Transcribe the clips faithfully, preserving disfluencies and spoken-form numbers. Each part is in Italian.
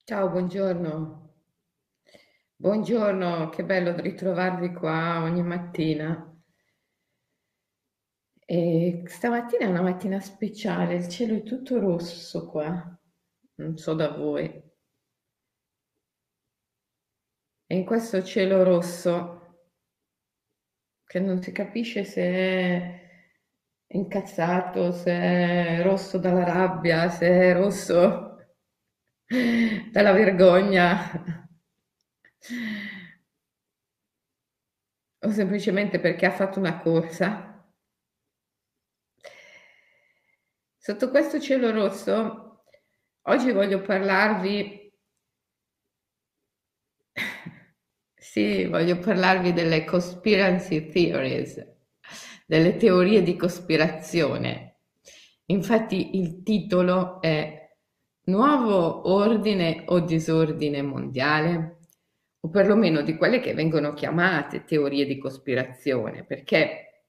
Ciao, buongiorno. Buongiorno, che bello ritrovarvi qua ogni mattina. E stamattina è una mattina speciale, il cielo è tutto rosso qua, non so da voi. E in questo cielo rosso, che non si capisce se è incazzato, se è rosso dalla rabbia, se è rosso dalla vergogna, o semplicemente perché ha fatto una corsa. Sotto questo cielo rosso, oggi voglio parlarvi, sì, voglio parlarvi delle conspiracy theories, delle teorie di cospirazione. Infatti il titolo è Nuovo ordine o disordine mondiale? O perlomeno di quelle che vengono chiamate teorie di cospirazione, perché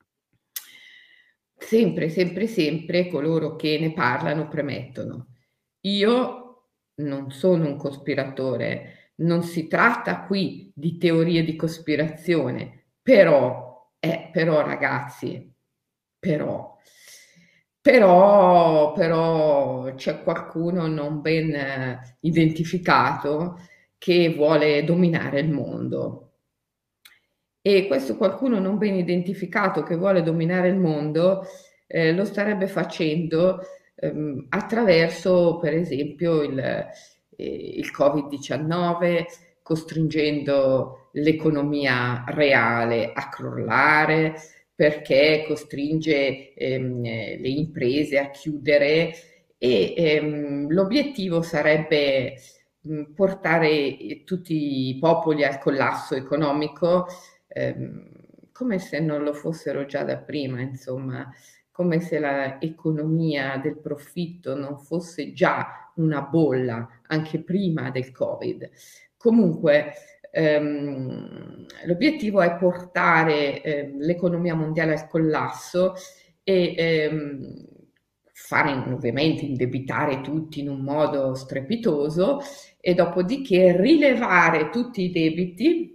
sempre, sempre, sempre coloro che ne parlano premettono: io non sono un cospiratore, non si tratta qui di teorie di cospirazione, però, eh, però ragazzi, però, però, però c'è qualcuno non ben eh, identificato che vuole dominare il mondo. E questo qualcuno non ben identificato che vuole dominare il mondo, eh, lo starebbe facendo ehm, attraverso, per esempio, il, eh, il covid diciannove, costringendo l'economia reale a crollare, perché costringe ehm, eh, le imprese a chiudere e ehm, l'obiettivo sarebbe mh, portare tutti i popoli al collasso economico, ehm, come se non lo fossero già da prima, insomma, come se l'economia del profitto non fosse già una bolla anche prima del Covid. Comunque, ehm, l'obiettivo è portare eh, l'economia mondiale al collasso e ehm, fare ovviamente indebitare tutti in un modo strepitoso e dopodiché rilevare tutti i debiti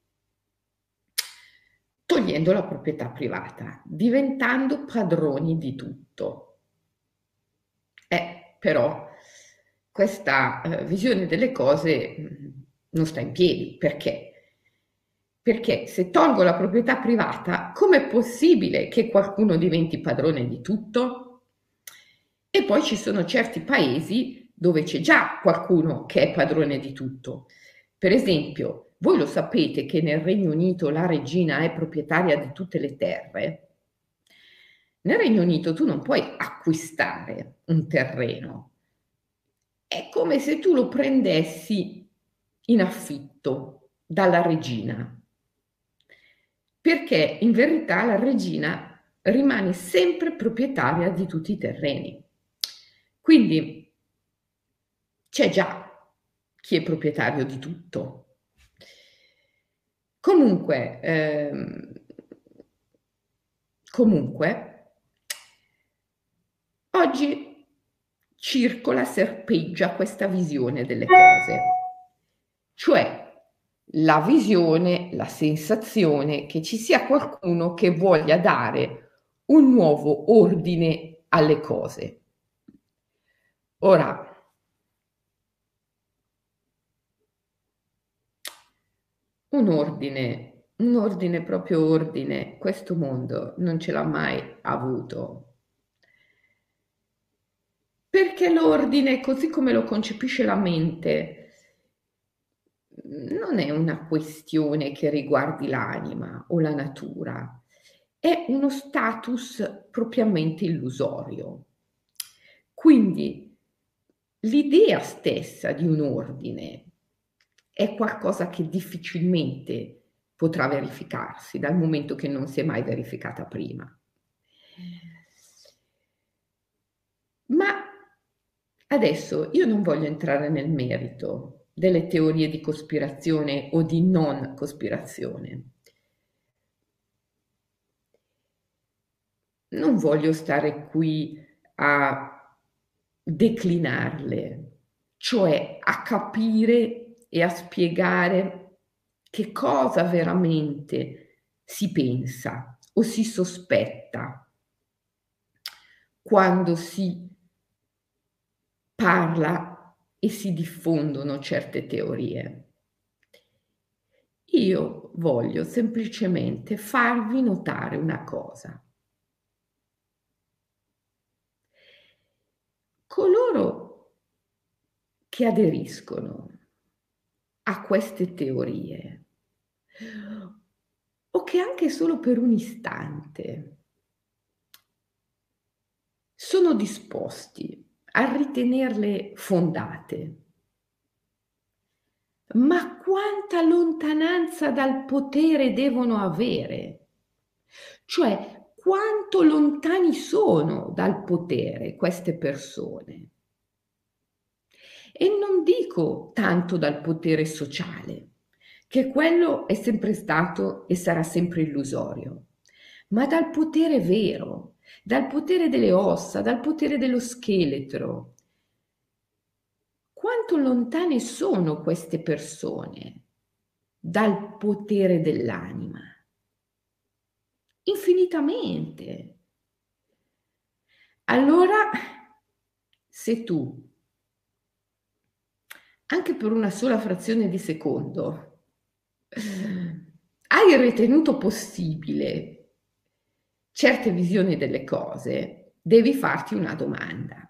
togliendo la proprietà privata, diventando padroni di tutto. Eh, però questa eh, visione delle cose mh, non sta in piedi. Perché? Perché se tolgo la proprietà privata, com'è possibile che qualcuno diventi padrone di tutto? E poi ci sono certi paesi dove c'è già qualcuno che è padrone di tutto. Per esempio, voi lo sapete che nel Regno Unito la regina è proprietaria di tutte le terre? Nel Regno Unito tu non puoi acquistare un terreno, è come se tu lo prendessi in affitto dalla regina, perché in verità la regina rimane sempre proprietaria di tutti i terreni. Quindi c'è già chi è proprietario di tutto. Comunque, ehm, comunque, oggi circola, serpeggia questa visione delle cose, cioè la visione, la sensazione che ci sia qualcuno che voglia dare un nuovo ordine alle cose. Ora, un ordine, un ordine proprio ordine, questo mondo non ce l'ha mai avuto. Perché l'ordine, così come lo concepisce la mente, non è una questione che riguardi l'anima o la natura, è uno status propriamente illusorio. Quindi l'idea stessa di un ordine è qualcosa che difficilmente potrà verificarsi dal momento che non si è mai verificata prima. Ma adesso io non voglio entrare nel merito delle teorie di cospirazione o di non cospirazione. Non voglio stare qui a declinarle. cioè a capire e a spiegare che cosa veramente si pensa o si sospetta quando si parla e si diffondono certe teorie. Io voglio semplicemente farvi notare una cosa. Coloro che aderiscono a queste teorie, o che anche solo per un istante sono disposti a ritenerle fondate, ma quanta lontananza dal potere devono avere? Cioè, quanto lontani sono dal potere queste persone? E non dico tanto dal potere sociale, che quello è sempre stato e sarà sempre illusorio, ma dal potere vero, dal potere delle ossa, dal potere dello scheletro. Quanto lontane sono queste persone dal potere dell'anima? Infinitamente. Allora, se tu, anche per una sola frazione di secondo, hai ritenuto possibile certe visioni delle cose, devi farti una domanda.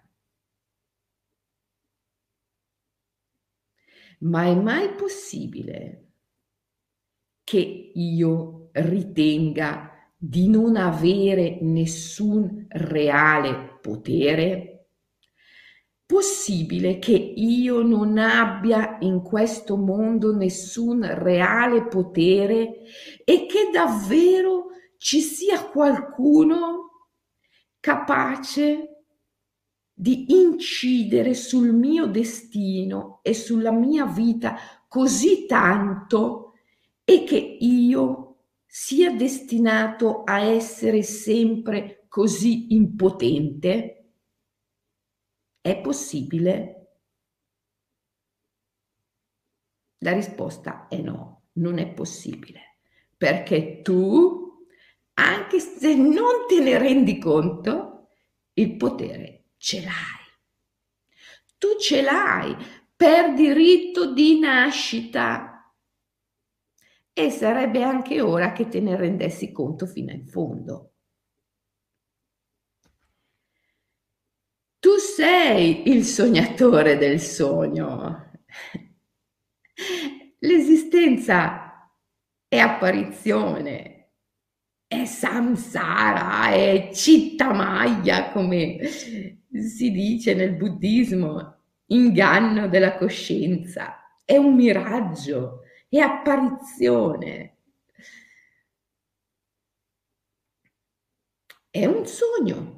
Ma è mai possibile che io ritenga di non avere nessun reale potere? Possibile che io non abbia in questo mondo nessun reale potere e che davvero ci sia qualcuno capace di incidere sul mio destino e sulla mia vita così tanto e che io sia destinato a essere sempre così impotente? È possibile? La risposta è no, non è possibile, perché tu, anche se non te ne rendi conto, il potere ce l'hai. Tu ce l'hai per diritto di nascita e sarebbe anche ora che te ne rendessi conto fino in fondo. Tu sei il sognatore del sogno. L'esistenza è apparizione, è samsara, è citta maya, come si dice nel buddismo, inganno della coscienza, è un miraggio, è apparizione, è un sogno.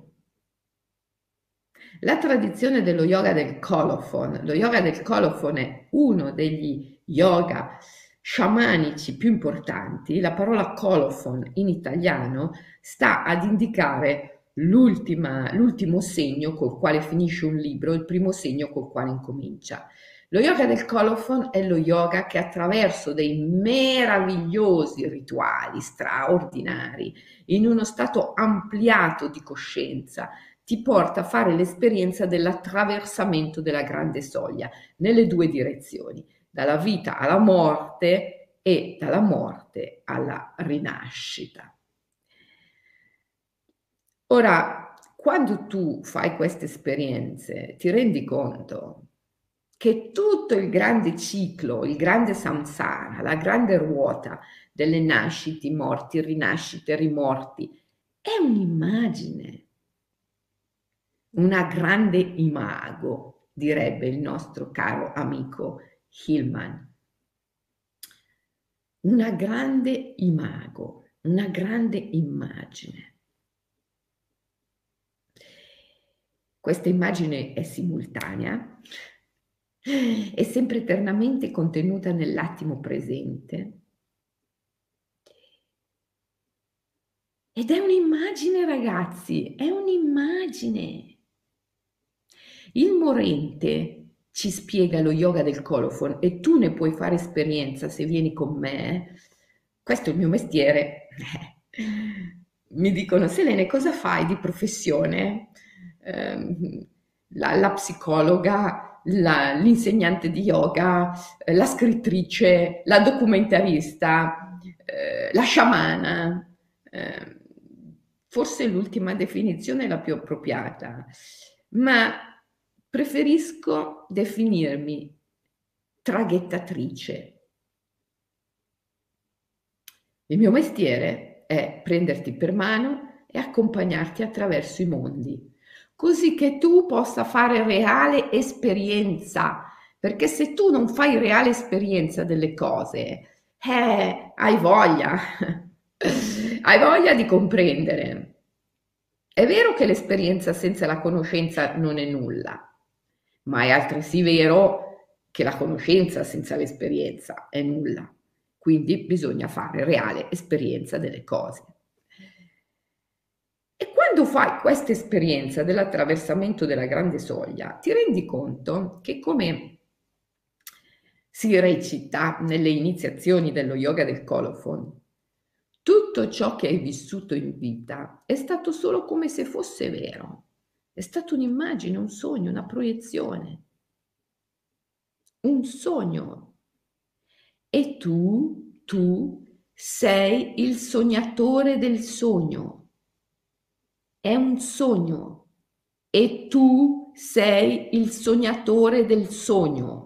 La tradizione dello yoga del colophon, lo yoga del colophon è uno degli yoga sciamanici più importanti. La parola colophon in italiano sta ad indicare l'ultima, l'ultimo segno col quale finisce un libro, il primo segno col quale incomincia. Lo yoga del colophon è lo yoga che attraverso dei meravigliosi rituali straordinari, in uno stato ampliato di coscienza, ti porta a fare l'esperienza dell'attraversamento della grande soglia nelle due direzioni, dalla vita alla morte e dalla morte alla rinascita. Ora, quando tu fai queste esperienze, ti rendi conto che tutto il grande ciclo, il grande samsara, la grande ruota delle nascite, morti, rinascite, rimorti, è un'immagine. Una grande imago, direbbe il nostro caro amico Hillman. Una grande imago, una grande immagine. Questa immagine è simultanea, è sempre eternamente contenuta nell'attimo presente. Ed è un'immagine, ragazzi, è un'immagine. Il morente ci spiega lo yoga del colophon e tu ne puoi fare esperienza se vieni con me, questo è il mio mestiere. Mi dicono: Selene, cosa fai di professione? Ehm, la, la psicologa, la- l'insegnante di yoga, eh, la scrittrice, la documentarista, eh, la sciamana. Eh, forse l'ultima definizione è la più appropriata, ma preferisco definirmi traghettatrice. Il mio mestiere è prenderti per mano e accompagnarti attraverso i mondi, così che tu possa fare reale esperienza, perché se tu non fai reale esperienza delle cose, eh, hai voglia, hai voglia di comprendere. È vero che l'esperienza senza la conoscenza non è nulla, ma è altresì vero che la conoscenza senza l'esperienza è nulla. Quindi bisogna fare reale esperienza delle cose. E quando fai questa esperienza dell'attraversamento della grande soglia, ti rendi conto che, come si recita nelle iniziazioni dello yoga del colophon, tutto ciò che hai vissuto in vita è stato solo come se fosse vero. È stata un'immagine, un sogno, una proiezione, un sogno. E tu, tu sei il sognatore del sogno. È un sogno e tu sei il sognatore del sogno.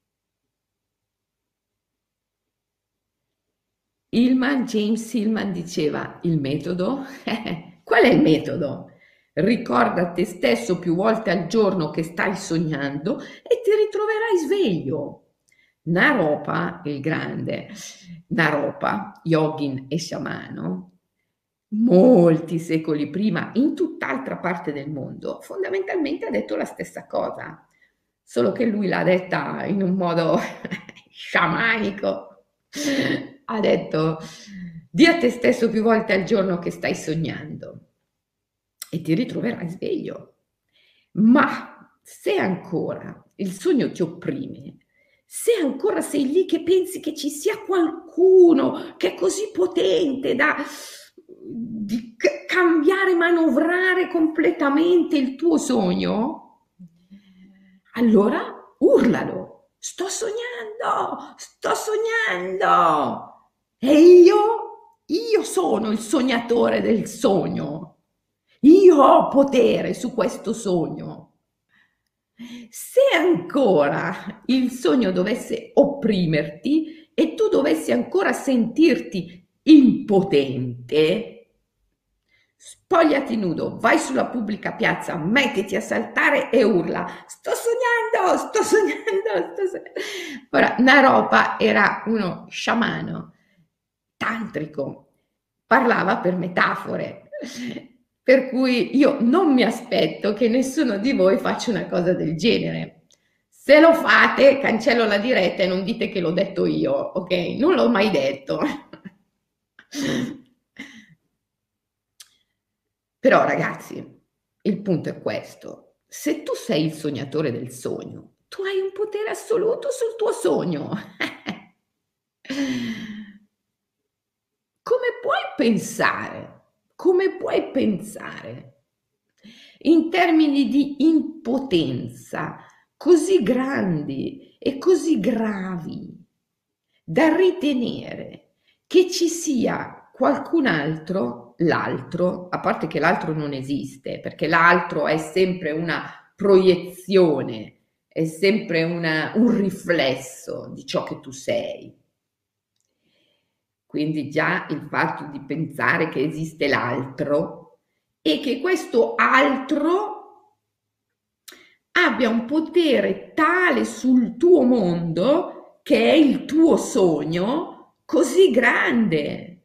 Hillman, James Hillman diceva: il metodo? Qual è il metodo? Ricorda a te stesso più volte al giorno che stai sognando e ti ritroverai sveglio. Naropa, il grande, Naropa, yogin e sciamano, molti secoli prima, in tutt'altra parte del mondo, fondamentalmente ha detto la stessa cosa, solo che lui l'ha detta in un modo sciamanico. Ha detto: di a te stesso più volte al giorno che stai sognando e ti ritroverai sveglio. Ma se ancora il sogno ti opprime, se ancora sei lì che pensi che ci sia qualcuno che è così potente da di c- cambiare, manovrare completamente il tuo sogno, allora urlalo. Sto sognando, sto sognando. E io, io sono il sognatore del sogno. Io ho potere su questo sogno. Se ancora il sogno dovesse opprimerti e tu dovessi ancora sentirti impotente, spogliati nudo, vai sulla pubblica piazza, mettiti a saltare e urla: sto sognando, sto sognando, sto sognando. Ora, Naropa era uno sciamano tantrico, parlava per metafore, per cui io non mi aspetto che nessuno di voi faccia una cosa del genere. Se lo fate, cancello la diretta e non dite che l'ho detto io, ok? Non l'ho mai detto. Però ragazzi, il punto è questo: se tu sei il sognatore del sogno, tu hai un potere assoluto sul tuo sogno. Come puoi pensare? Come puoi pensare in termini di impotenza così grandi e così gravi da ritenere che ci sia qualcun altro, l'altro, a parte che l'altro non esiste, perché l'altro è sempre una proiezione, è sempre una, un riflesso di ciò che tu sei. Quindi già il fatto di pensare che esiste l'altro e che questo altro abbia un potere tale sul tuo mondo, che è il tuo sogno, così grande.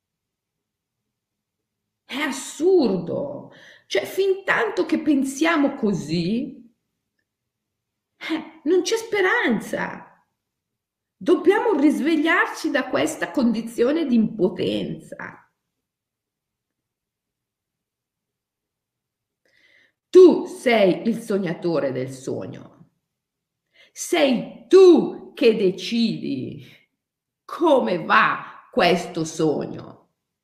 È assurdo. Cioè, fin tanto che pensiamo così, eh, non c'è speranza. Dobbiamo risvegliarci da questa condizione di impotenza. Tu sei il sognatore del sogno. Sei tu che decidi come va questo sogno.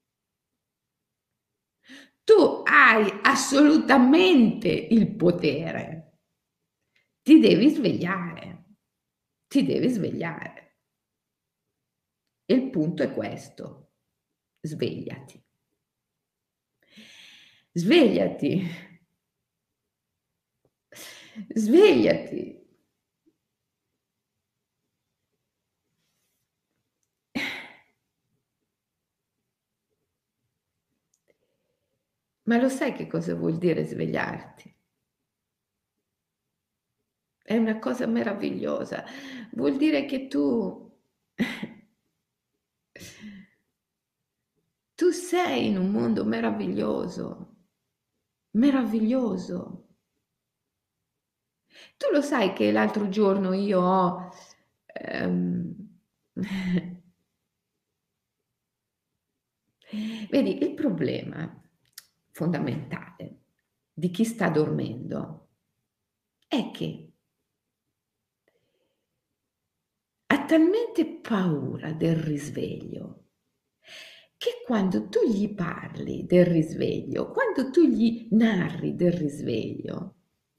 Tu hai assolutamente il potere. Ti devi svegliare, ti devi svegliare. E il punto è questo: svegliati. Svegliati. Svegliati. Ma lo sai che cosa vuol dire svegliarti? È una cosa meravigliosa. Vuol dire che tu tu sei in un mondo meraviglioso, meraviglioso. Tu lo sai che l'altro giorno io ho, ehm, vedi, il problema fondamentale di chi sta dormendo è che ha talmente paura del risveglio che quando tu gli parli del risveglio, quando tu gli narri del risveglio,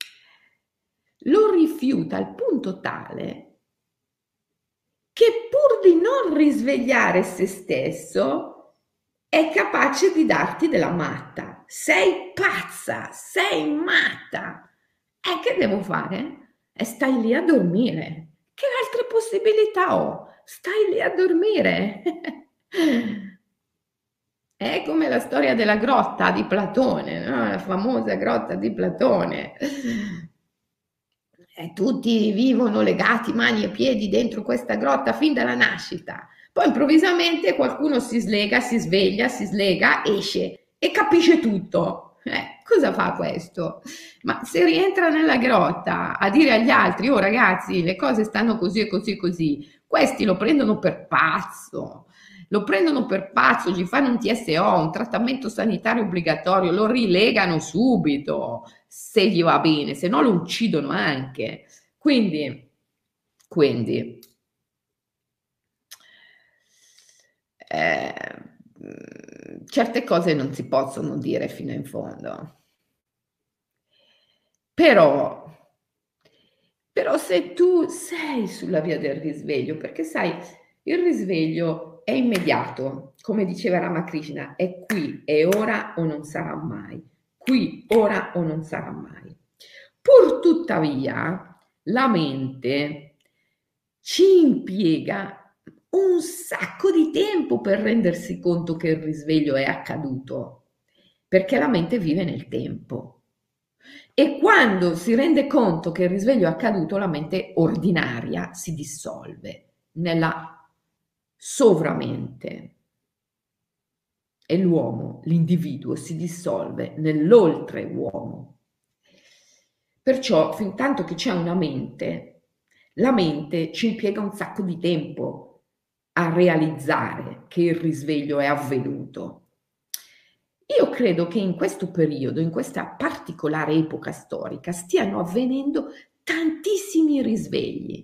lo rifiuta al punto tale che pur di non risvegliare se stesso è capace di darti della matta. Sei pazza, sei matta. E che devo fare? E stai lì a dormire. Che altre possibilità ho? Stai lì a dormire. È come la storia della grotta di Platone, no? La famosa grotta di Platone. E tutti vivono legati mani e piedi dentro questa grotta fin dalla nascita. Poi improvvisamente qualcuno si slega, si sveglia, si slega, esce e capisce tutto. Eh, cosa fa questo? Ma se rientra nella grotta a dire agli altri, oh ragazzi, le cose stanno così e così e così, questi lo prendono per pazzo. Lo prendono per pazzo, gli fanno un T S O, un trattamento sanitario obbligatorio, lo rilegano subito se gli va bene, se no lo uccidono anche. Quindi, quindi eh, certe cose non si possono dire fino in fondo. Però, però se tu sei sulla via del risveglio, perché sai, il risveglio è immediato, come diceva Ramakrishna, è qui, è ora o non sarà mai, qui, ora o non sarà mai. Pur tuttavia, la mente ci impiega un sacco di tempo per rendersi conto che il risveglio è accaduto, perché la mente vive nel tempo. E quando si rende conto che il risveglio è accaduto, la mente ordinaria si dissolve nella sovramente e l'uomo, l'individuo, si dissolve nell'oltre-uomo. Perciò, fin tanto che c'è una mente, la mente ci impiega un sacco di tempo a realizzare che il risveglio è avvenuto. Io credo che in questo periodo, in questa particolare epoca storica, stiano avvenendo tantissimi risvegli.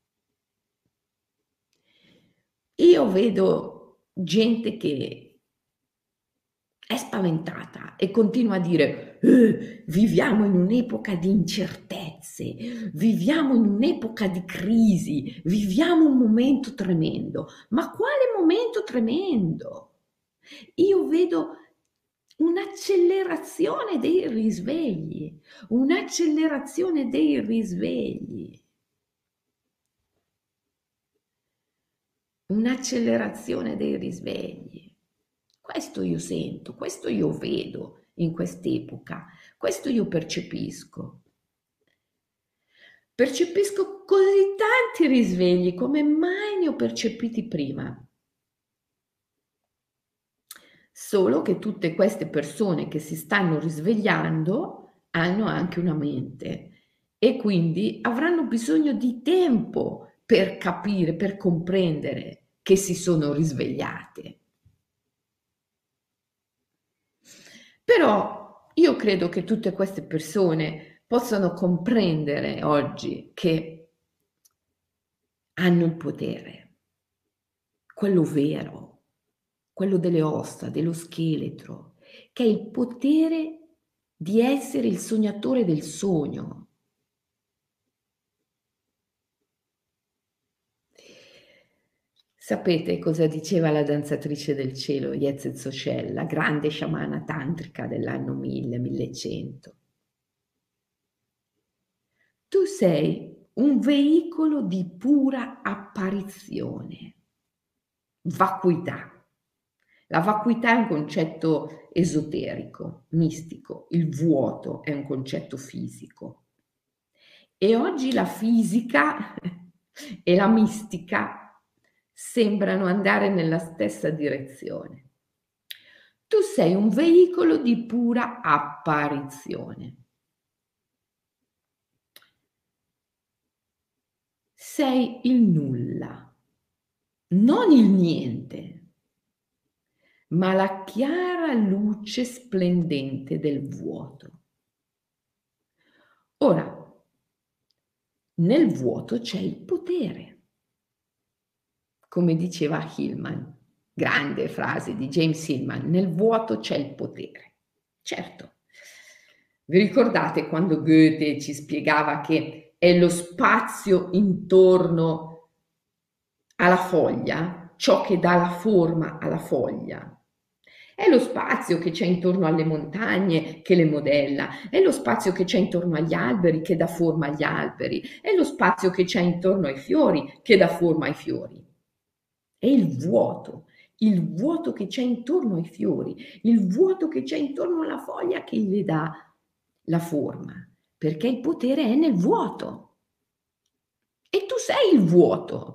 Io vedo gente che è spaventata e continua a dire eh, viviamo in un'epoca di incertezze, viviamo in un'epoca di crisi, viviamo un momento tremendo. Ma quale momento tremendo? Io vedo un'accelerazione dei risvegli, un'accelerazione dei risvegli, un'accelerazione dei risvegli. Questo io sento, questo io vedo in quest'epoca, questo io percepisco. Percepisco così tanti risvegli come mai ne ho percepiti prima. Solo che tutte queste persone che si stanno risvegliando hanno anche una mente e quindi avranno bisogno di tempo per capire, per comprendere che si sono risvegliate. Però io credo che tutte queste persone possano comprendere oggi che hanno il potere, quello vero, quello delle ossa, dello scheletro, che è il potere di essere il sognatore del sogno. Sapete cosa diceva la danzatrice del cielo, Yeze Tsochel, la grande sciamana tantrica dell'anno mille, millecento? Tu sei un veicolo di pura apparizione, vacuità. La vacuità è un concetto esoterico, mistico, il vuoto è un concetto fisico. E oggi la fisica e la mistica sembrano andare nella stessa direzione. Tu sei un veicolo di pura apparizione. Sei il nulla, non il niente, ma la chiara luce splendente del vuoto. Ora, nel vuoto c'è il potere. Come diceva Hillman, grande frase di James Hillman, nel vuoto c'è il potere. Certo, vi ricordate quando Goethe ci spiegava che è lo spazio intorno alla foglia, ciò che dà la forma alla foglia? È lo spazio che c'è intorno alle montagne che le modella, è lo spazio che c'è intorno agli alberi che dà forma agli alberi, è lo spazio che c'è intorno ai fiori che dà forma ai fiori. È il vuoto, il vuoto che c'è intorno ai fiori, il vuoto che c'è intorno alla foglia che gli dà la forma, perché il potere è nel vuoto. E tu sei il vuoto.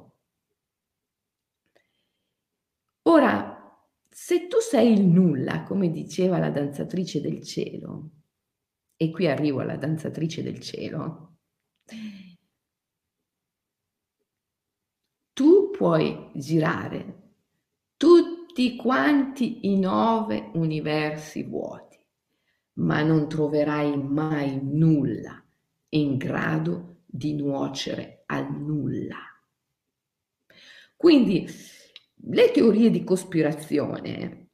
Ora, se tu sei il nulla, come diceva la danzatrice del cielo, e qui arrivo alla danzatrice del cielo, tu puoi girare tutti quanti i nove universi vuoti, ma non troverai mai nulla in grado di nuocere al nulla. Quindi le teorie di cospirazione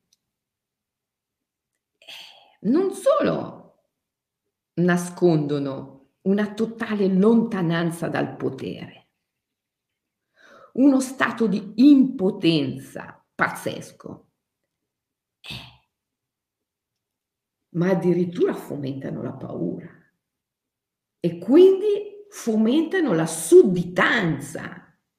non solo nascondono una totale lontananza dal potere, uno stato di impotenza pazzesco, eh, ma addirittura fomentano la paura e quindi fomentano la sudditanza.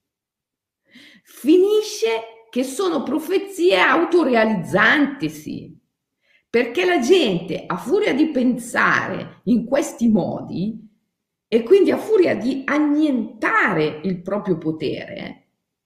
Finisce che sono profezie autorealizzantisi, perché la gente, a furia di pensare in questi modi e quindi a furia di annientare il proprio potere,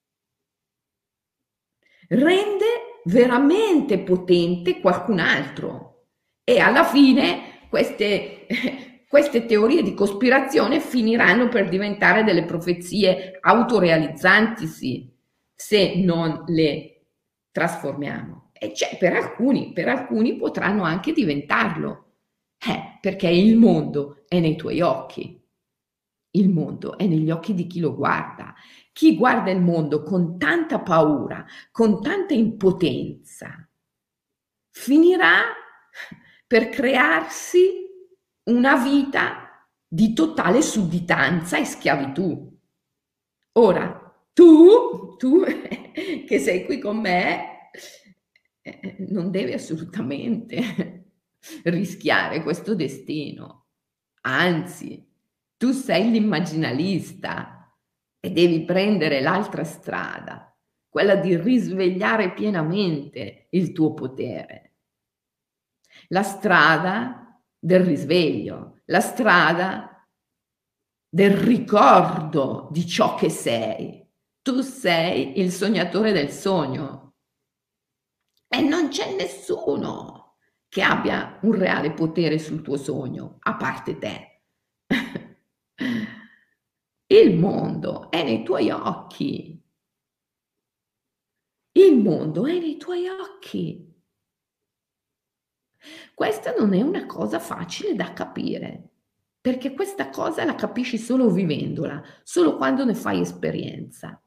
rende veramente potente qualcun altro e alla fine queste, queste teorie di cospirazione finiranno per diventare delle profezie autorealizzantisi se non le trasformiamo. E cioè, per alcuni, per alcuni potranno anche diventarlo, eh, perché il mondo è nei tuoi occhi, il mondo è negli occhi di chi lo guarda. Chi guarda il mondo con tanta paura, con tanta impotenza, finirà per crearsi una vita di totale sudditanza e schiavitù. Ora, tu, tu che sei qui con me, eh, non devi assolutamente rischiare questo destino. Anzi, tu sei l'immaginalista e devi prendere l'altra strada, quella di risvegliare pienamente il tuo potere. La strada del risveglio, la strada del ricordo di ciò che sei. Tu sei il sognatore del sogno e non c'è nessuno che abbia un reale potere sul tuo sogno, a parte te. Il mondo è nei tuoi occhi. Il mondo è nei tuoi occhi. Questa non è una cosa facile da capire, perché questa cosa la capisci solo vivendola, solo quando ne fai esperienza.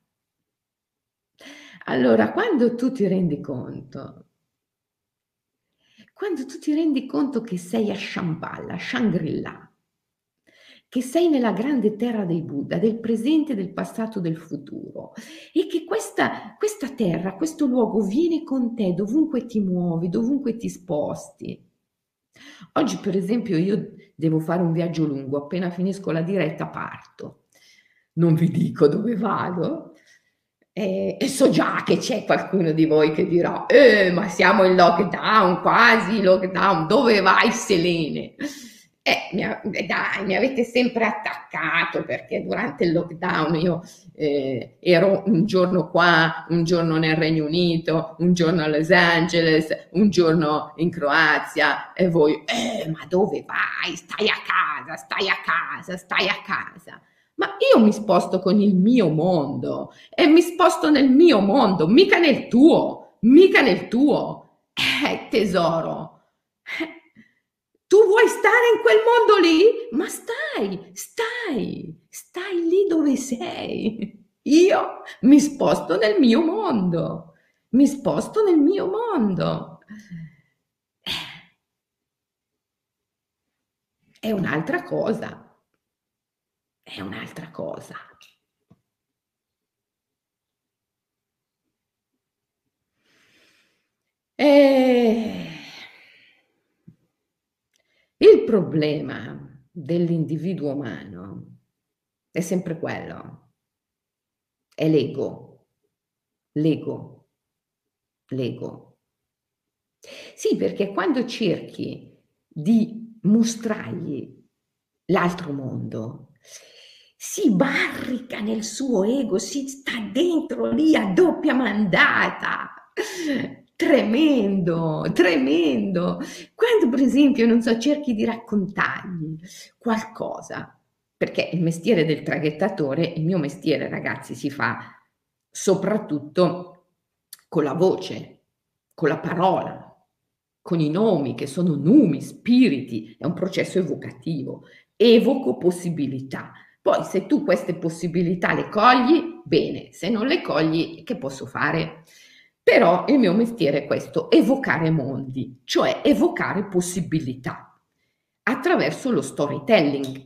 Allora, quando tu ti rendi conto quando tu ti rendi conto che sei a Shambhala, Shangri-La, che sei nella grande terra dei Buddha, del presente, del passato, del futuro, e che questa questa terra, questo luogo viene con te dovunque ti muovi, dovunque ti sposti. Oggi per esempio io devo fare un viaggio lungo, appena finisco la diretta parto. Non vi dico dove vado, ehm, e so già che c'è qualcuno di voi che dirà: "Eh, ma siamo in lockdown, quasi lockdown, dove vai Selene?" Eh, mi a eh, dai, mi avete sempre attaccato perché durante il lockdown io, ehm, ero un giorno qua, un giorno nel Regno Unito, un giorno a Los Angeles, un giorno in Croazia e voi: "Eh, ma dove vai? Stai a casa, stai a casa, stai a casa." Ma io mi sposto con il mio mondo e mi sposto nel mio mondo, mica nel tuo, mica nel tuo. Eh, tesoro, eh, tu vuoi stare in quel mondo lì? Ma stai, stai, stai lì dove sei. Io mi sposto nel mio mondo, mi sposto nel mio mondo. È un'altra cosa, è un'altra cosa. Eh, il problema dell'individuo umano è sempre quello, è l'ego, l'ego, l'ego. Sì, perché quando cerchi di mostrargli l'altro mondo, si barrica nel suo ego, si sta dentro lì a doppia mandata. Tremendo, tremendo. Quando per esempio, non so, cerchi di raccontargli qualcosa, perché il mestiere del traghettatore, il mio mestiere ragazzi, si fa soprattutto con la voce, con la parola, con i nomi che sono numi, spiriti, è un processo evocativo. Evoco possibilità. Poi se tu queste possibilità le cogli, bene, se non le cogli, che posso fare? Però il mio mestiere è questo, evocare mondi, cioè evocare possibilità attraverso lo storytelling.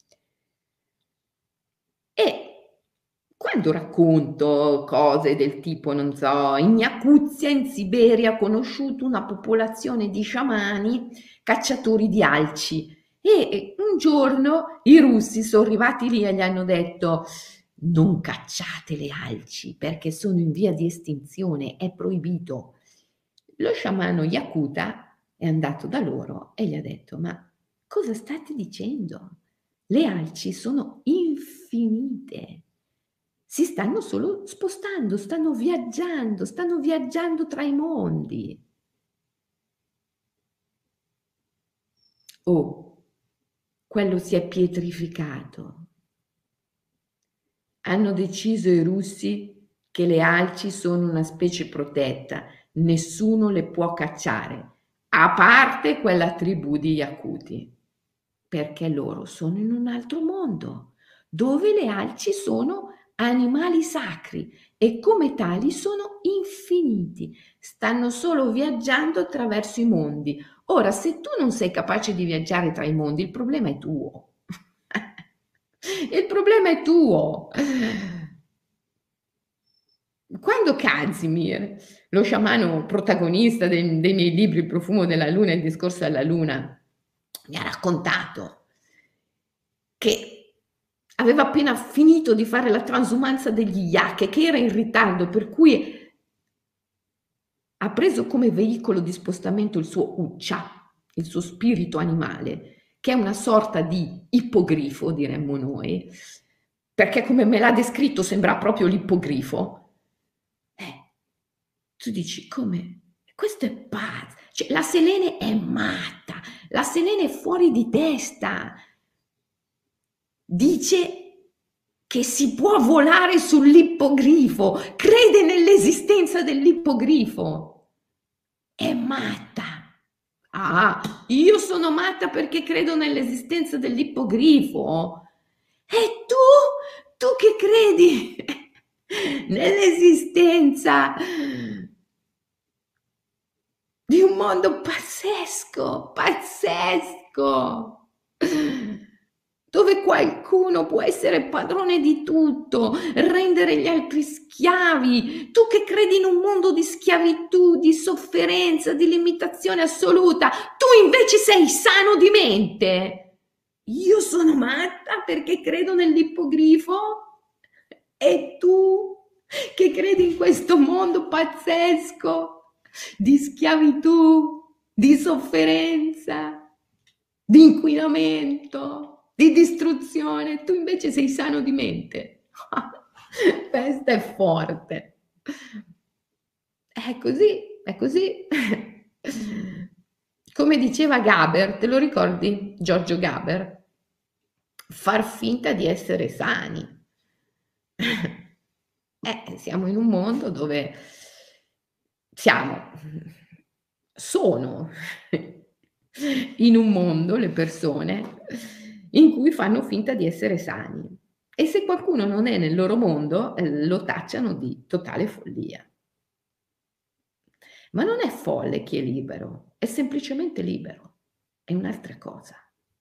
E quando racconto cose del tipo, non so, in Iacuzia, in Siberia, ho conosciuto una popolazione di sciamani cacciatori di alci e un giorno i russi sono arrivati lì e gli hanno detto non cacciate le alci perché sono in via di estinzione, è proibito. Lo sciamano Yakuta è andato da loro e gli ha detto ma cosa state dicendo? Le alci sono infinite. Si stanno solo spostando, stanno viaggiando, stanno viaggiando tra i mondi. Oh, quello si è pietrificato. Hanno deciso i russi che le alci sono una specie protetta, nessuno le può cacciare, a parte quella tribù di Yakuti, perché loro sono in un altro mondo, dove le alci sono animali sacri e come tali sono infiniti, stanno solo viaggiando attraverso i mondi. Ora, se tu non sei capace di viaggiare tra i mondi, il problema è tuo. Il problema è tuo. Quando Kazimir, lo sciamano protagonista dei, dei miei libri Il profumo della luna e il discorso alla luna, mi ha raccontato che aveva appena finito di fare la transumanza degli yak, che era in ritardo, per cui ha preso come veicolo di spostamento il suo Uccia, il suo spirito animale, che è una sorta di ippogrifo, diremmo noi, perché come me l'ha descritto sembra proprio l'ippogrifo. Eh, tu dici come? Questo è pazzo, cioè la Selene è matta, la Selene è fuori di testa. Dice che si può volare sull'ippogrifo, crede nell'esistenza dell'ippogrifo. È matta. Ah, io sono matta perché credo nell'esistenza dell'ippogrifo. E tu? Tu che credi nell'esistenza di un mondo pazzesco, pazzesco, dove qualcuno può essere padrone di tutto, rendere gli altri schiavi. Tu che credi in un mondo di schiavitù, di sofferenza, di limitazione assoluta, tu invece sei sano di mente. Io sono matta perché credo nell'ippogrifo e tu che credi in questo mondo pazzesco di schiavitù, di sofferenza, di inquinamento, di distruzione, tu invece sei sano di mente. Questa è forte. È così, è così. Come diceva Gaber, te lo ricordi? Giorgio Gaber? Far finta di essere sani. Eh, siamo in un mondo dove siamo, sono in un mondo le persone in cui fanno finta di essere sani e se qualcuno non è nel loro mondo, eh, lo tacciano di totale follia. Ma non è folle chi è libero, è semplicemente libero, è un'altra cosa.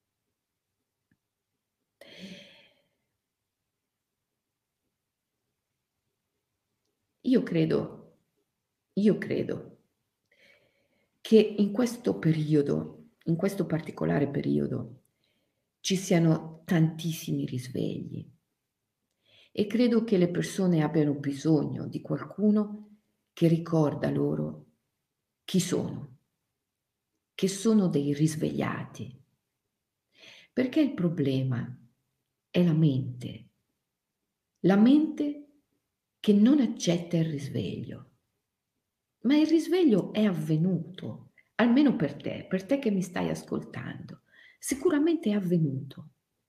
Io credo, io credo che in questo periodo, in questo particolare periodo, ci siano tantissimi risvegli e credo che le persone abbiano bisogno di qualcuno che ricorda loro chi sono, che sono dei risvegliati. Perché il problema è la mente, la mente che non accetta il risveglio. Ma il risveglio è avvenuto, almeno per te, per te che mi stai ascoltando. Sicuramente è avvenuto.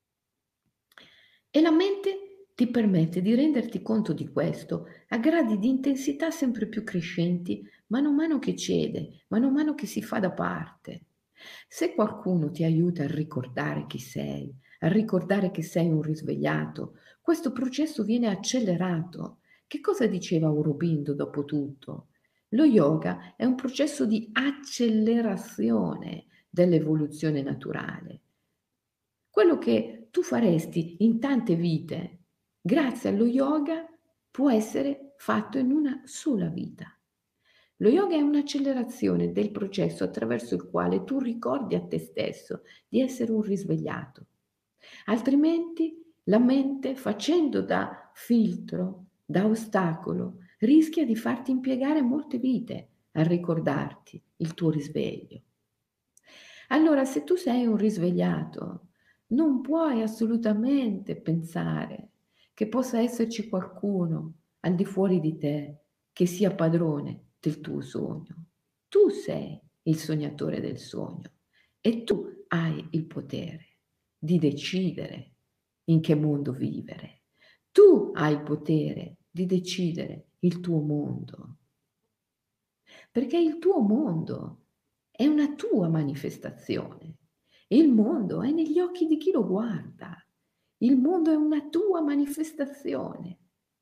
E la mente ti permette di renderti conto di questo a gradi di intensità sempre più crescenti, mano a mano che cede, mano a mano che si fa da parte. Se qualcuno ti aiuta a ricordare chi sei, a ricordare che sei un risvegliato, questo processo viene accelerato. Che cosa diceva Aurobindo dopo tutto? Lo yoga è un processo di accelerazione dell'evoluzione naturale. Quello che tu faresti in tante vite grazie allo yoga può essere fatto in una sola vita. Lo yoga è un'accelerazione del processo attraverso il quale tu ricordi a te stesso di essere un risvegliato. Altrimenti la mente, facendo da filtro, da ostacolo, rischia di farti impiegare molte vite a ricordarti il tuo risveglio. Allora, se tu sei un risvegliato, non puoi assolutamente pensare che possa esserci qualcuno al di fuori di te che sia padrone del tuo sogno. Tu sei il sognatore del sogno e tu hai il potere di decidere in che mondo vivere. Tu hai il potere di decidere il tuo mondo, perché il tuo mondo è una tua manifestazione. Il mondo è negli occhi di chi lo guarda. Il mondo è una tua manifestazione.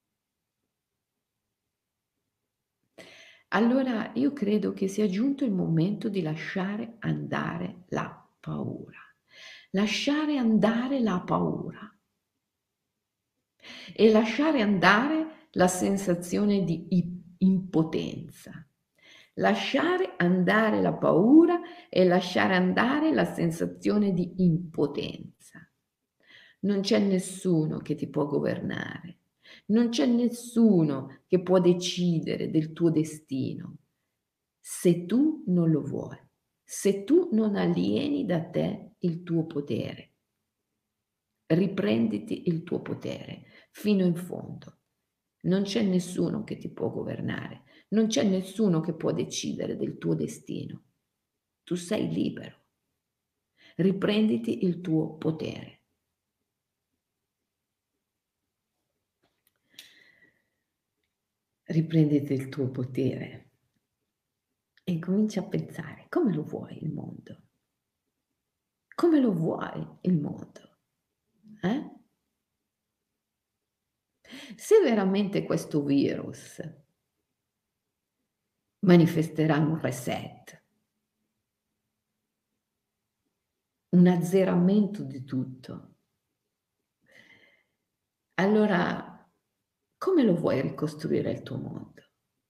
Allora io credo che sia giunto il momento di lasciare andare la paura. Lasciare andare la paura e lasciare andare la sensazione di impotenza. Lasciare andare la paura e lasciare andare la sensazione di impotenza. Non c'è nessuno che ti può governare, non c'è nessuno che può decidere del tuo destino se tu non lo vuoi, se tu non alieni da te il tuo potere. Riprenditi il tuo potere fino in fondo. Non c'è nessuno che ti può governare, non c'è nessuno che può decidere del tuo destino. Tu sei libero. Riprenditi il tuo potere. Riprenditi il tuo potere e cominci a pensare: come lo vuoi il mondo? Come lo vuoi il mondo? Eh? Se veramente questo virus manifesterà un reset, un azzeramento di tutto, allora come lo vuoi ricostruire il tuo mondo?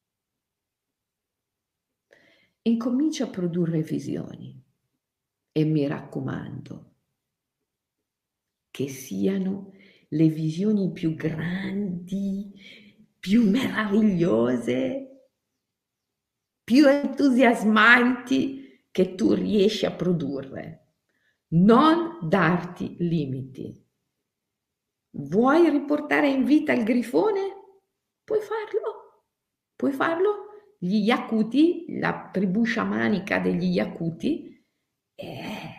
Incomincia a produrre visioni e mi raccomando che siano le visioni più grandi, più meravigliose, più entusiasmanti che tu riesci a produrre. Non darti limiti. Vuoi riportare in vita il grifone? Puoi farlo, puoi farlo. Gli Yakuti, la tribù sciamanica degli Yakuti, è,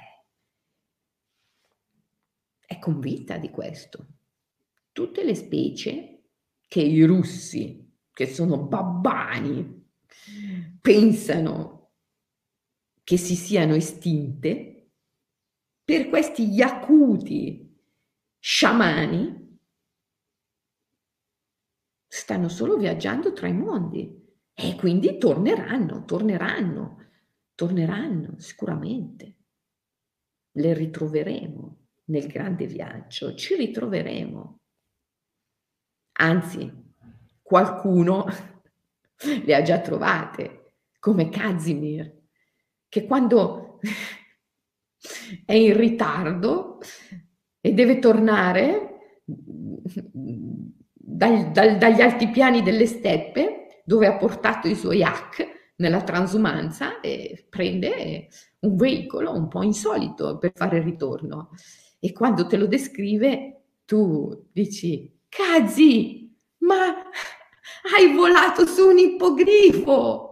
è convinta di questo. Tutte le specie che i russi, che sono babbani, pensano che si siano estinte, per questi Yakuti sciamani stanno solo viaggiando tra i mondi e quindi torneranno, torneranno, torneranno sicuramente. Le ritroveremo nel grande viaggio, ci ritroveremo. Anzi, qualcuno le ha già trovate, come Kazimir, che quando è in ritardo e deve tornare dal, dal, dagli altipiani delle steppe, dove ha portato i suoi hack nella transumanza, e prende un veicolo un po' insolito per fare il ritorno. E quando te lo descrive, tu dici: Kazi, ma hai volato su un ippogrifo!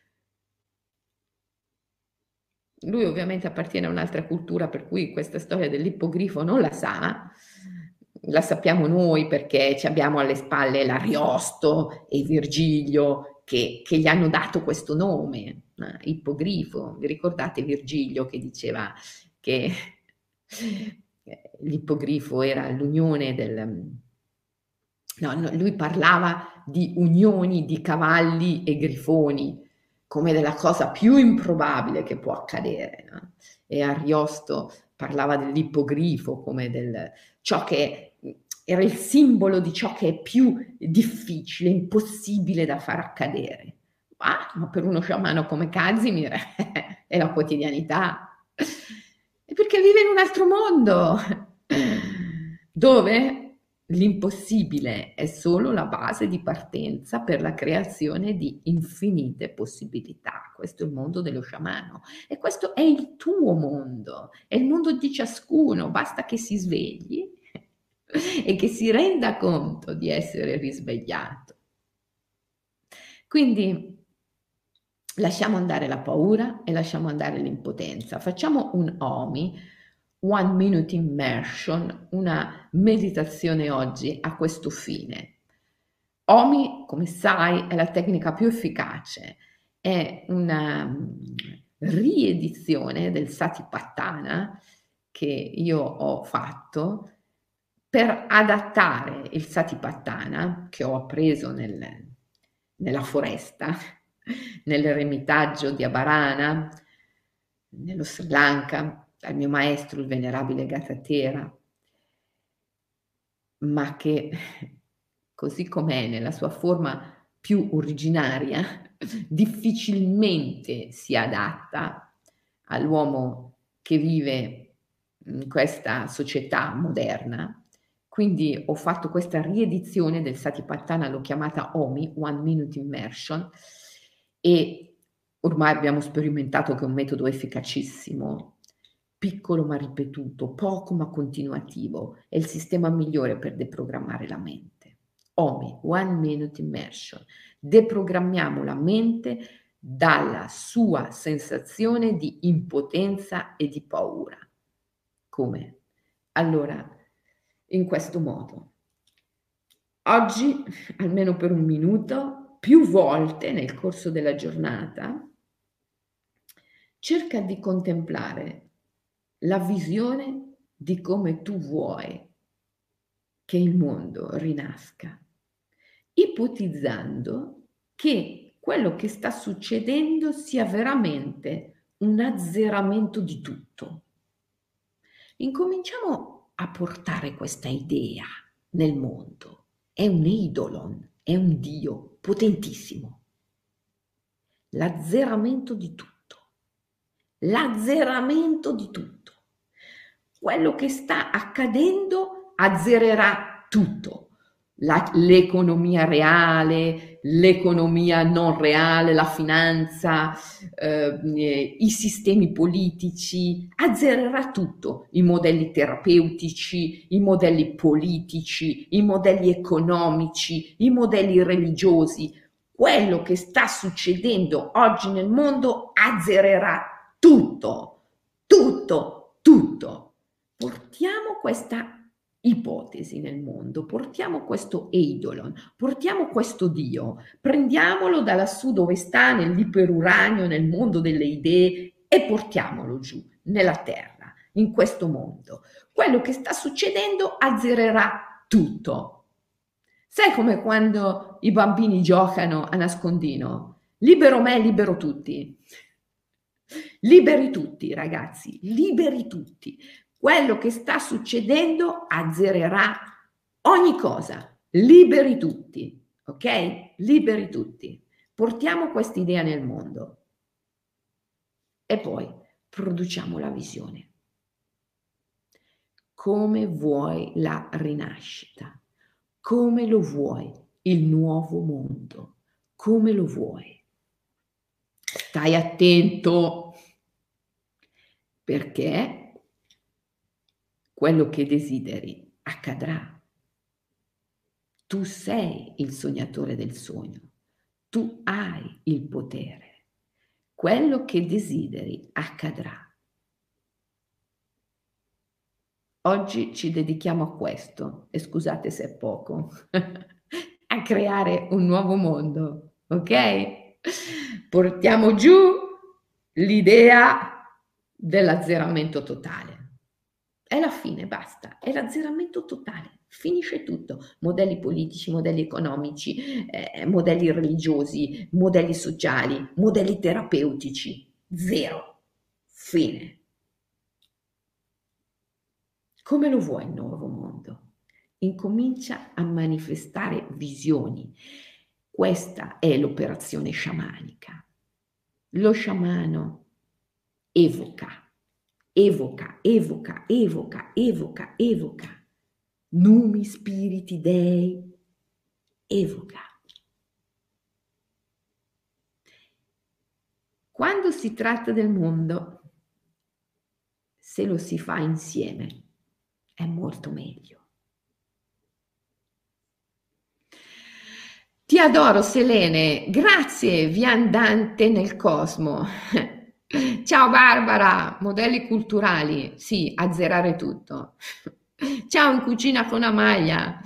Lui ovviamente appartiene a un'altra cultura, per cui questa storia dell'ippogrifo non la sa, la sappiamo noi perché ci abbiamo alle spalle l'Ariosto e Virgilio che, che gli hanno dato questo nome, eh, ippogrifo. Vi ricordate Virgilio che diceva che l'ippogrifo era l'unione del... No, no, lui parlava di unioni di cavalli e grifoni come della cosa più improbabile che può accadere, no? E Ariosto parlava dell'ippogrifo come del ciò che era il simbolo di ciò che è più difficile, impossibile da far accadere. Ah, ma per uno sciamano come Kazimir è la quotidianità. E perché vive in un altro mondo dove l'impossibile è solo la base di partenza per la creazione di infinite possibilità. Questo è il mondo dello sciamano e questo è il tuo mondo, è il mondo di ciascuno, basta che si svegli e che si renda conto di essere risvegliato. Quindi lasciamo andare la paura e lasciamo andare l'impotenza. Facciamo un OMI, One Minute Immersion, una meditazione oggi a questo fine. OMI, come sai, è la tecnica più efficace, è una riedizione del Satipatthana che io ho fatto per adattare il Satipatthana che ho appreso nel, nella foresta, nell'eremitaggio di Abarana, nello Sri Lanka, dal mio maestro, il venerabile Gatatera, ma che così com'è nella sua forma più originaria, difficilmente si adatta all'uomo che vive in questa società moderna. Quindi ho fatto questa riedizione del Satipatthana, l'ho chiamata OMI, One Minute Immersion, e ormai abbiamo sperimentato che è un metodo efficacissimo, piccolo ma ripetuto, poco ma continuativo, è il sistema migliore per deprogrammare la mente. OMI, One Minute Immersion. Deprogrammiamo la mente dalla sua sensazione di impotenza e di paura. Come? Allora, in questo modo. Oggi, almeno per un minuto, più volte nel corso della giornata, cerca di contemplare la visione di come tu vuoi che il mondo rinasca, ipotizzando che quello che sta succedendo sia veramente un azzeramento di tutto. Incominciamo a portare questa idea nel mondo. È un eidolon, è un dio potentissimo. L'azzeramento di tutto. L'azzeramento di tutto. Quello che sta accadendo azzererà tutto. La, l'economia reale, l'economia non reale, la finanza, eh, i sistemi politici, azzererà tutto, i modelli terapeutici, i modelli politici, i modelli economici, i modelli religiosi. Quello che sta succedendo oggi nel mondo azzererà tutto, tutto, tutto. Portiamo questa ipotesi nel mondo, portiamo questo eidolon, portiamo questo Dio, prendiamolo da lassù dove sta, nell'iperuranio, nel mondo delle idee, e portiamolo giù, nella terra, in questo mondo. Quello che sta succedendo azzererà tutto. Sai come quando i bambini giocano a nascondino? Libero me, libero tutti. Liberi tutti, ragazzi, liberi tutti. Quello che sta succedendo azzererà ogni cosa. Liberi tutti, ok? Liberi tutti. Portiamo quest'idea nel mondo e poi produciamo la visione. Come vuoi la rinascita? Come lo vuoi il nuovo mondo? Come lo vuoi? Stai attento, perché quello che desideri accadrà. Tu sei il sognatore del sogno, tu hai il potere. Quello che desideri accadrà. Oggi ci dedichiamo a questo, e scusate se è poco, a creare un nuovo mondo, ok? Portiamo giù l'idea dell'azzeramento totale. È la fine, basta, è l'azzeramento totale, finisce tutto. Modelli politici, modelli economici, eh, modelli religiosi, modelli sociali, modelli terapeutici, zero, fine. Come lo vuoi il nuovo mondo? Incomincia a manifestare visioni. Questa è l'operazione sciamanica. Lo sciamano evoca, evoca, evoca, evoca, evoca, evoca. Numi, spiriti, dei, evoca. Quando si tratta del mondo, se lo si fa insieme, è molto meglio. Ti adoro, Selene, grazie, viandante nel cosmo. Ciao Barbara, modelli culturali, sì, azzerare tutto. Ciao in cucina con Amalia.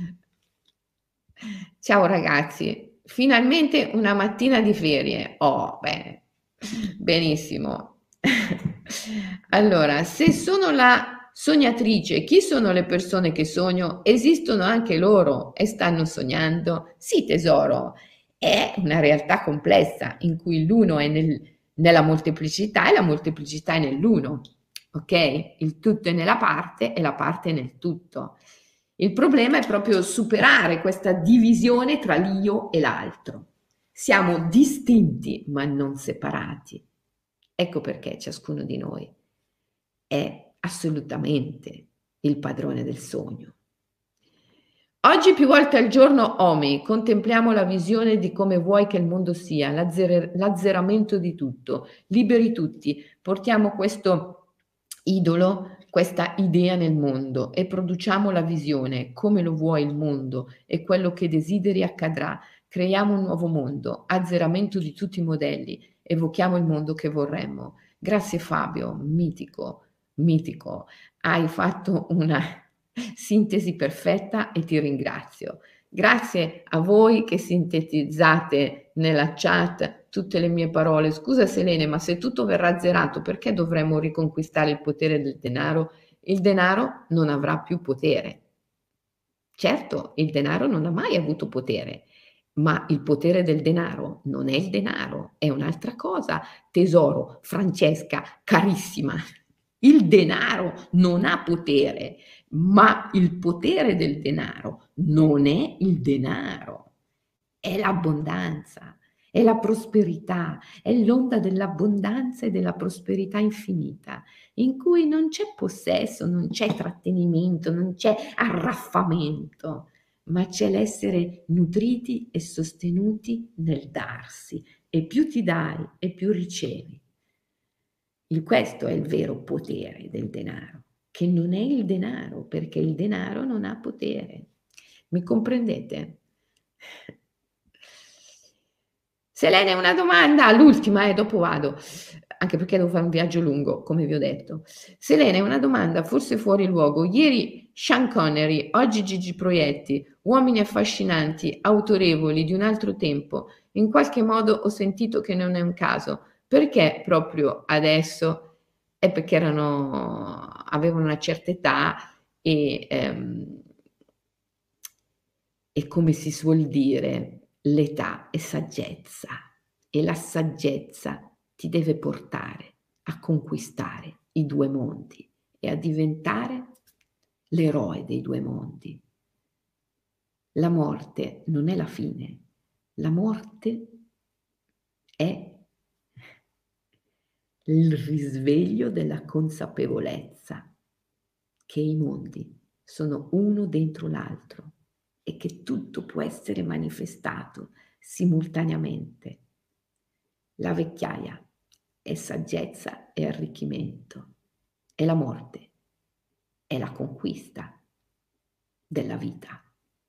Ciao ragazzi, finalmente una mattina di ferie. Oh, bene, benissimo. Allora, se sono la sognatrice, chi sono le persone che sogno? Esistono anche loro e stanno sognando? Sì, tesoro, è una realtà complessa in cui l'uno è nel, nella molteplicità e la molteplicità è nell'uno, ok? Il tutto è nella parte e la parte è nel tutto. Il problema è proprio superare questa divisione tra l'io e l'altro. Siamo distinti ma non separati. Ecco perché ciascuno di noi è assolutamente il padrone del sogno. Oggi più volte al giorno, Omi, contempliamo la visione di come vuoi che il mondo sia, l'azzer- l'azzeramento di tutto, liberi tutti, portiamo questo idolo, questa idea nel mondo e produciamo la visione, come lo vuoi il mondo e quello che desideri accadrà. Creiamo un nuovo mondo, azzeramento di tutti i modelli, evochiamo il mondo che vorremmo. Grazie Fabio, mitico, mitico, hai fatto una sintesi perfetta e ti ringrazio. Grazie a voi che sintetizzate nella chat tutte le mie parole. Scusa Selene, ma se tutto verrà azzerato, perché dovremmo riconquistare il potere del denaro? Il denaro non avrà più potere. Certo, il denaro non ha mai avuto potere, ma il potere del denaro non è il denaro, è un'altra cosa. Tesoro, Francesca, carissima, il denaro non ha potere, ma il potere del denaro non è il denaro, è l'abbondanza, è la prosperità, è l'onda dell'abbondanza e della prosperità infinita, in cui non c'è possesso, non c'è trattenimento, non c'è arraffamento, ma c'è l'essere nutriti e sostenuti nel darsi. E più ti dai e più ricevi. Il, questo è il vero potere del denaro, che non è il denaro, perché il denaro non ha potere. Mi comprendete? Selene, una domanda, l'ultima, e eh, dopo vado, anche perché devo fare un viaggio lungo, come vi ho detto. Selene, una domanda, forse fuori luogo. Ieri Sean Connery, oggi Gigi Proietti, uomini affascinanti, autorevoli di un altro tempo. In qualche modo ho sentito che non è un caso. Perché proprio adesso? È perché erano, avevano una certa età e, ehm, e come si suol dire, l'età è saggezza e la saggezza ti deve portare a conquistare i due mondi e a diventare l'eroe dei due mondi. La morte non è la fine, la morte è il risveglio della consapevolezza che i mondi sono uno dentro l'altro e che tutto può essere manifestato simultaneamente. La vecchiaia è saggezza e arricchimento e la morte è la conquista della vita,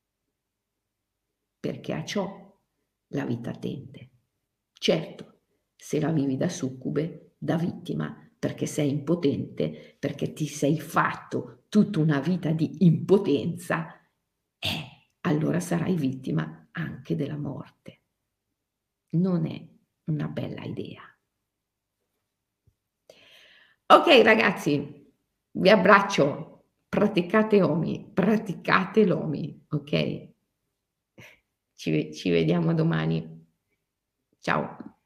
perché a ciò la vita tende. Certo, se la vivi da succube, da vittima, perché sei impotente, perché ti sei fatto tutta una vita di impotenza, eh, allora sarai vittima anche della morte. Non è una bella idea. Ok ragazzi, vi abbraccio, praticate Omi, praticate l'Omi, ok? Ci, ci vediamo domani. Ciao.